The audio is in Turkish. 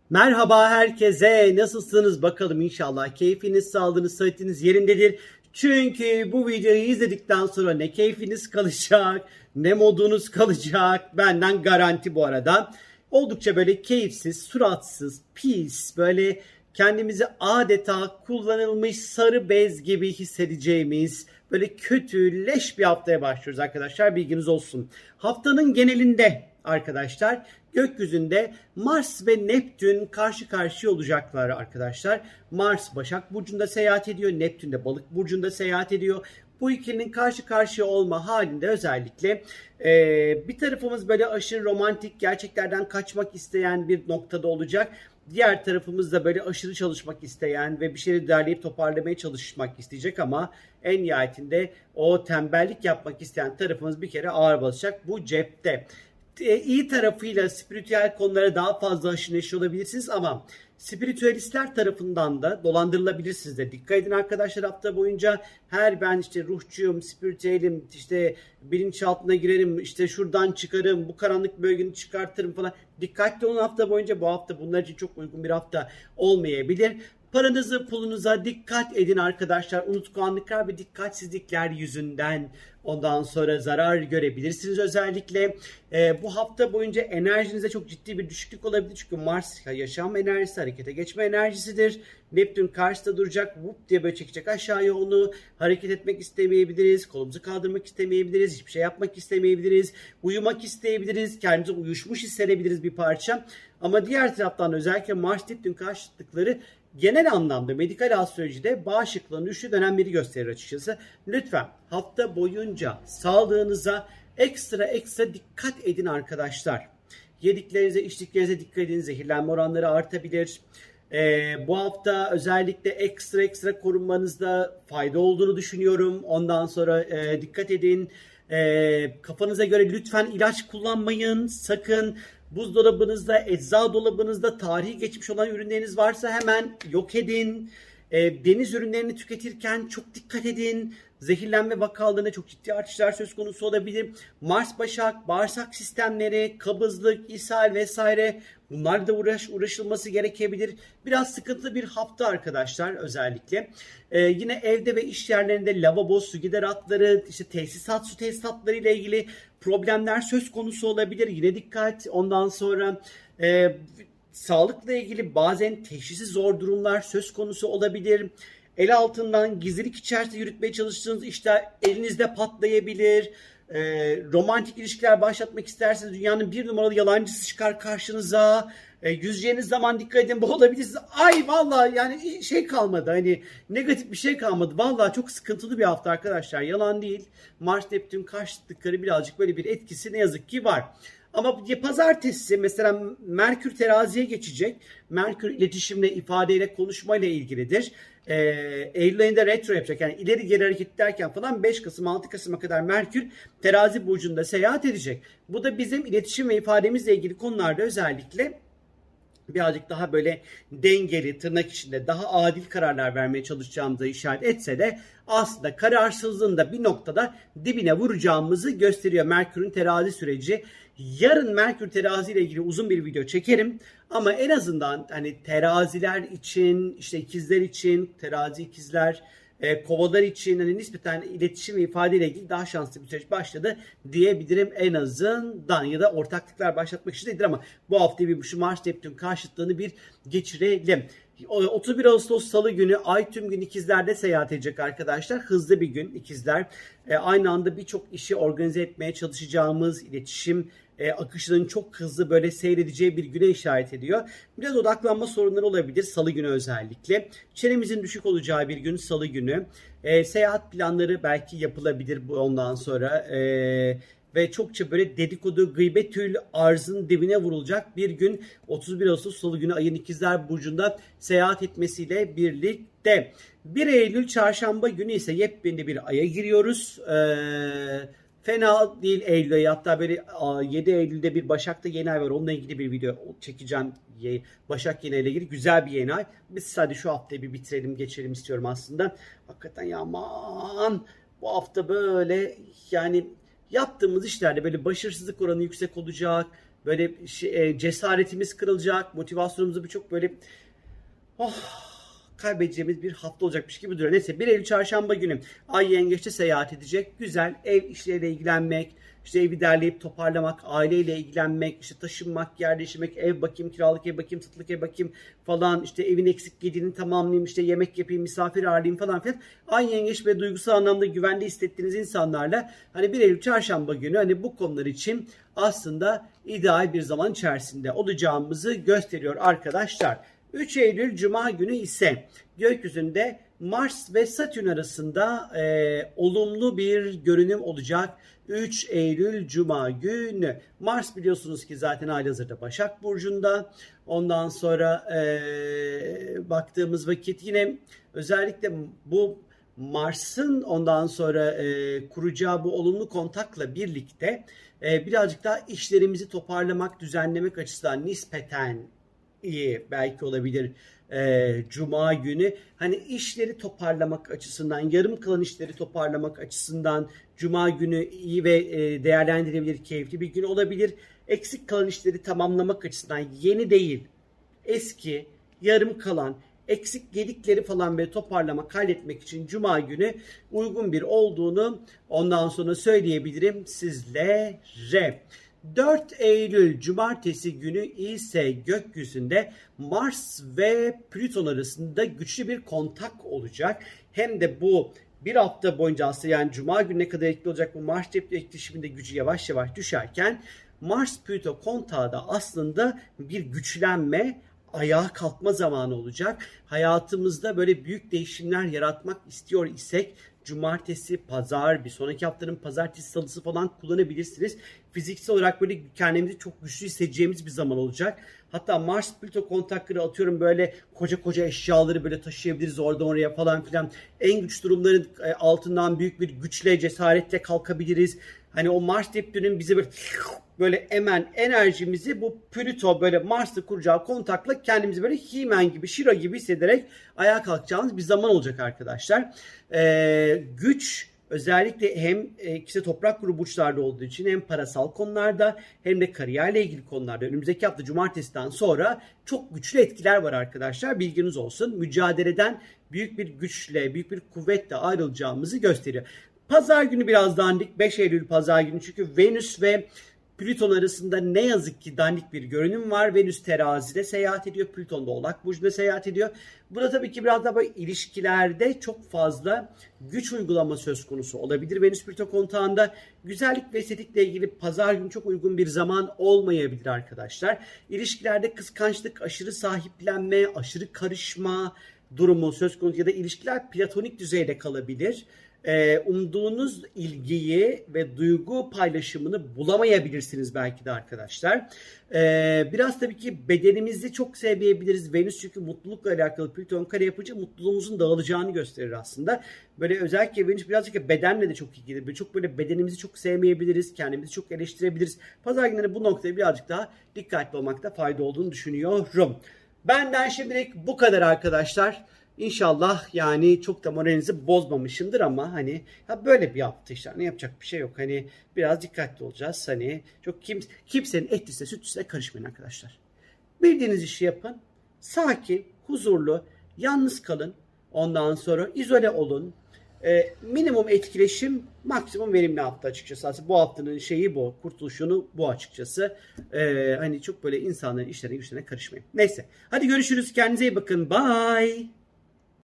Merhaba herkese. Nasılsınız bakalım, inşallah keyfiniz, sağlığınız, sıhhatiniz yerindedir. Çünkü bu videoyu izledikten sonra ne keyfiniz kalacak, ne modunuz kalacak. Benden garanti bu arada. Oldukça böyle keyifsiz, suratsız, pis, böyle kendimizi adeta kullanılmış sarı bez gibi hissedeceğimiz böyle kötü, leş bir haftaya başlıyoruz arkadaşlar. Bilginiz olsun. Haftanın genelinde arkadaşlar gökyüzünde Mars ve Neptün karşı karşıya olacaklar arkadaşlar. Mars Başak Burcu'nda seyahat ediyor. Neptün de Balık Burcu'nda seyahat ediyor. Bu ikilinin karşı karşıya olma halinde özellikle bir tarafımız böyle aşırı romantik, gerçeklerden kaçmak isteyen bir noktada olacak. Diğer tarafımız da böyle aşırı çalışmak isteyen ve bir şeyleri derleyip toparlamaya çalışmak isteyecek ama en nihayetinde o tembellik yapmak isteyen tarafımız bir kere ağır basacak. Bu cepte. İyi tarafıyla spiritüel konulara daha fazla haşır neşir olabilirsiniz ama spiritüalistler tarafından da dolandırılabilirsiniz de. Dikkat edin arkadaşlar, hafta boyunca ben işte ruhçuyum, spiritüelim, işte bilinçaltına girerim, işte şuradan çıkarım, bu karanlık bölgeni çıkartırım falan. Dikkatli olun hafta boyunca. Bu hafta bunlar için çok uygun bir hafta olmayabilir. Paranızı, pulunuza dikkat edin arkadaşlar. Unutkanlıklar ve dikkatsizlikler yüzünden ondan sonra zarar görebilirsiniz özellikle. Bu hafta boyunca enerjinize çok ciddi bir düşüklük olabilir. Çünkü Mars yaşam enerjisi, harekete geçme enerjisidir. Neptün karşıda duracak. Vup diye böyle çekecek aşağıya onu. Hareket etmek istemeyebiliriz. Kolumuzu kaldırmak istemeyebiliriz. Hiçbir şey yapmak istemeyebiliriz. Uyumak isteyebiliriz. Kendimizi uyuşmuş hissedebiliriz bir parça. Ama diğer taraftan özellikle Mars Neptün karşıtlıkları genel anlamda medikal astrolojide bağışıklığın üçlü dönemleri gösterir açıkçası. Lütfen hafta boyunca sağlığınıza ekstra dikkat edin arkadaşlar. Yediklerinize, içtiklerinize dikkat edin. Zehirlenme oranları artabilir. Bu hafta özellikle ekstra korunmanızda fayda olduğunu düşünüyorum. Ondan sonra dikkat edin. Kafanıza göre lütfen ilaç kullanmayın. Sakın. Buzdolabınızda, ecza dolabınızda tarihi geçmiş olan ürünleriniz varsa hemen yok edin. Deniz ürünlerini tüketirken çok dikkat edin. Zehirlenme vakalarına çok ciddi artışlar söz konusu olabilir. Mars Başak, bağırsak sistemleri, kabızlık, ishal vesaire, bunlar da uğraşılması gerekebilir. Biraz sıkıntılı bir hafta arkadaşlar özellikle. Yine evde ve iş yerlerinde lavabo, su gider hatları, işte su tesisatları ile ilgili problemler söz konusu olabilir. Yine dikkat. Ondan sonra sağlıkla ilgili bazen teşhisi zor durumlar söz konusu olabilir. El altından gizlilik içerisinde yürütmeye çalıştığınız işler elinizde patlayabilir. Romantik ilişkiler başlatmak isterseniz dünyanın bir numaralı yalancısı çıkar karşınıza. Yüzeceğiniz zaman dikkat edin, boğulabilirsiniz. Ay vallahi yani kalmadı, hani negatif bir şey kalmadı. Vallahi çok sıkıntılı bir hafta arkadaşlar, yalan değil. Mars Neptün karşıtlıkları birazcık böyle bir etkisi ne yazık ki var. Ama pazartesi mesela Merkür teraziye geçecek. Merkür iletişimle, ifadeyle, konuşmayla ilgilidir. Eylül ayında retro yapacak. Yani ileri geri hareket ederken falan 5 Kasım 6 Kasım'a kadar Merkür terazi burcunda seyahat edecek. Bu da bizim iletişim ve ifademizle ilgili konularda özellikle birazcık daha böyle dengeli, tırnak içinde daha adil kararlar vermeye çalışacağımıza işaret etse de aslında kararsızlığın da bir noktada dibine vuracağımızı gösteriyor Merkür'ün terazi süreci. Yarın Merkür terazi ile ilgili uzun bir video çekerim. Ama en azından hani teraziler için, işte ikizler için, terazi ikizler, kovalar için hani nispeten iletişim ve ifade ile ilgili daha şanslı bir süreç başladı diyebilirim en azından, ya da ortaklıklar başlatmak için değildir ama bu hafta bir şu Mars Neptün karşıtlığını bir geçirelim. 31 Ağustos Salı günü Ay tüm gün ikizlerde seyahat edecek arkadaşlar. Hızlı bir gün ikizler. Aynı anda birçok işi organize etmeye çalışacağımız, iletişim akışının çok hızlı böyle seyredeceği bir güne işaret ediyor. Biraz odaklanma sorunları olabilir Salı günü özellikle. Çenemizin düşük olacağı bir gün Salı günü. Seyahat planları belki yapılabilir ondan sonra. Ve çokça böyle dedikodu, gıybetül arzın dibine vurulacak bir gün 31 Ağustos Salı günü ayın ikizler burcunda seyahat etmesiyle birlikte. 1 Eylül çarşamba günü ise yepyeni bir aya giriyoruz. Fena değil Eylül ayı, hatta böyle 7 Eylül'de bir Başak'ta yeni ay var, onunla ilgili bir video çekeceğim. Başak yeni ayla ilgili güzel bir yeni ay. Biz sadece şu haftayı bir bitirelim geçelim istiyorum aslında. Hakikaten ya aman bu hafta böyle yani yaptığımız işlerde böyle başarısızlık oranı yüksek olacak. böyle cesaretimiz kırılacak, motivasyonumuzu birçok böyle kaybedeceğimiz bir hafta olacakmış gibi duruyor. Neyse 1 Eylül çarşamba günü Ay Yengeç'te seyahat edecek. Güzel ev işleriyle ilgilenmek, işte evi derleyip toparlamak, aileyle ilgilenmek, işte taşınmak, yerleşmek, ev bakayım, kiralık ev bakayım, satılık ev bakayım falan, işte evin eksik gediğini tamamlayayım, işte yemek yapayım, misafir ağırlayayım falan filan. Ay Yengeç ve duygusal anlamda güvende hissettiğiniz insanlarla hani 1 Eylül çarşamba günü hani bu konular için aslında ideal bir zaman içerisinde olacağımızı gösteriyor arkadaşlar. 3 Eylül Cuma günü ise gökyüzünde Mars ve Satürn arasında olumlu bir görünüm olacak. 3 Eylül Cuma günü. Mars biliyorsunuz ki zaten halihazırda Başak Burcu'nda. Ondan sonra baktığımız vakit yine özellikle bu Mars'ın ondan sonra kuracağı bu olumlu kontakla birlikte birazcık daha işlerimizi toparlamak, düzenlemek açısından nispeten iyi belki olabilir Cuma günü. Hani işleri toparlamak açısından, yarım kalan işleri toparlamak açısından Cuma günü iyi ve değerlendirilebilir, keyifli bir gün olabilir. Eksik kalan işleri tamamlamak açısından yeni değil, eski, yarım kalan, eksik gedikleri falan böyle toparlamak, halletmek için Cuma günü uygun bir olduğunu ondan sonra söyleyebilirim sizlere. 4 Eylül Cumartesi günü ise gökyüzünde Mars ve Plüton arasında güçlü bir kontak olacak. Hem de bu bir hafta boyunca aslında yani Cuma gününe kadar etkili olacak bu Mars etkileşiminde gücü yavaş yavaş düşerken Mars-Plüton kontağı da aslında bir güçlenme, ayağa kalkma zamanı olacak. Hayatımızda böyle büyük değişimler yaratmak istiyor isek cumartesi, pazar, bir sonraki haftanın pazartesi, salısı falan kullanabilirsiniz. Fiziksel olarak böyle kendimizi çok güçlü hissedeceğimiz bir zaman olacak. Hatta Mars-Plüton kontakları atıyorum böyle koca koca eşyaları böyle taşıyabiliriz oradan oraya falan filan. En güç durumların altından büyük bir güçle, cesaretle kalkabiliriz. Hani o Mars Neptün'ün bize böyle emen enerjimizi bu Plüto böyle Mars'la kuracağı kontakla kendimizi böyle He-Man gibi, She-Ra gibi hissederek ayağa kalkacağımız bir zaman olacak arkadaşlar. Güç özellikle hem ikisi toprak grubu burçlarda olduğu için hem parasal konularda hem de kariyerle ilgili konularda önümüzdeki hafta cumartesiden sonra çok güçlü etkiler var arkadaşlar. Bilginiz olsun. Mücadeleden büyük bir güçle, büyük bir kuvvetle ayrılacağımızı gösteriyor. Pazar günü biraz dandik. 5 Eylül Pazar günü çünkü Venüs ve Plüton arasında ne yazık ki dandik bir görünüm var. Venüs terazide seyahat ediyor. Plüton da Oğlak Burcu'nda seyahat ediyor. Burada tabii ki biraz daha böyle ilişkilerde çok fazla güç uygulama söz konusu olabilir. Venüs Plüton kontağında güzellik ve estetikle ilgili pazar günü çok uygun bir zaman olmayabilir arkadaşlar. İlişkilerde kıskançlık, aşırı sahiplenme, aşırı karışma durumu söz konusu ya da ilişkiler platonik düzeyde kalabilir. Umduğunuz ilgiyi ve duygu paylaşımını bulamayabilirsiniz belki de arkadaşlar. Biraz tabii ki bedenimizi çok sevmeyebiliriz. Venüs çünkü mutlulukla alakalı Plüton kare yapınca mutluluğumuzun dağılacağını gösterir aslında. Böyle özellikle Venüs birazcık bedenle de çok ilgili. Böyle çok böyle bedenimizi çok sevmeyebiliriz. Kendimizi çok eleştirebiliriz. Pazar günleri bu noktaya birazcık daha dikkatli olmakta fayda olduğunu düşünüyorum. Benden şimdilik bu kadar arkadaşlar. İnşallah yani çok da moralinizi bozmamışımdır ama hani ya böyle bir hafta işte ne yapacak bir şey yok. Hani biraz dikkatli olacağız. Hani çok kimsenin etlise sütlüse karışmayın arkadaşlar. Bildiğiniz işi yapın. Sakin, huzurlu, yalnız kalın. Ondan sonra izole olun. Minimum etkileşim, maksimum verimli hafta açıkçası. Aslında bu haftanın şeyi bu. Kurtuluşunu bu açıkçası. Hani çok böyle insanların işlerine güçlerine karışmayın. Neyse. Hadi görüşürüz. Kendinize iyi bakın. Bye.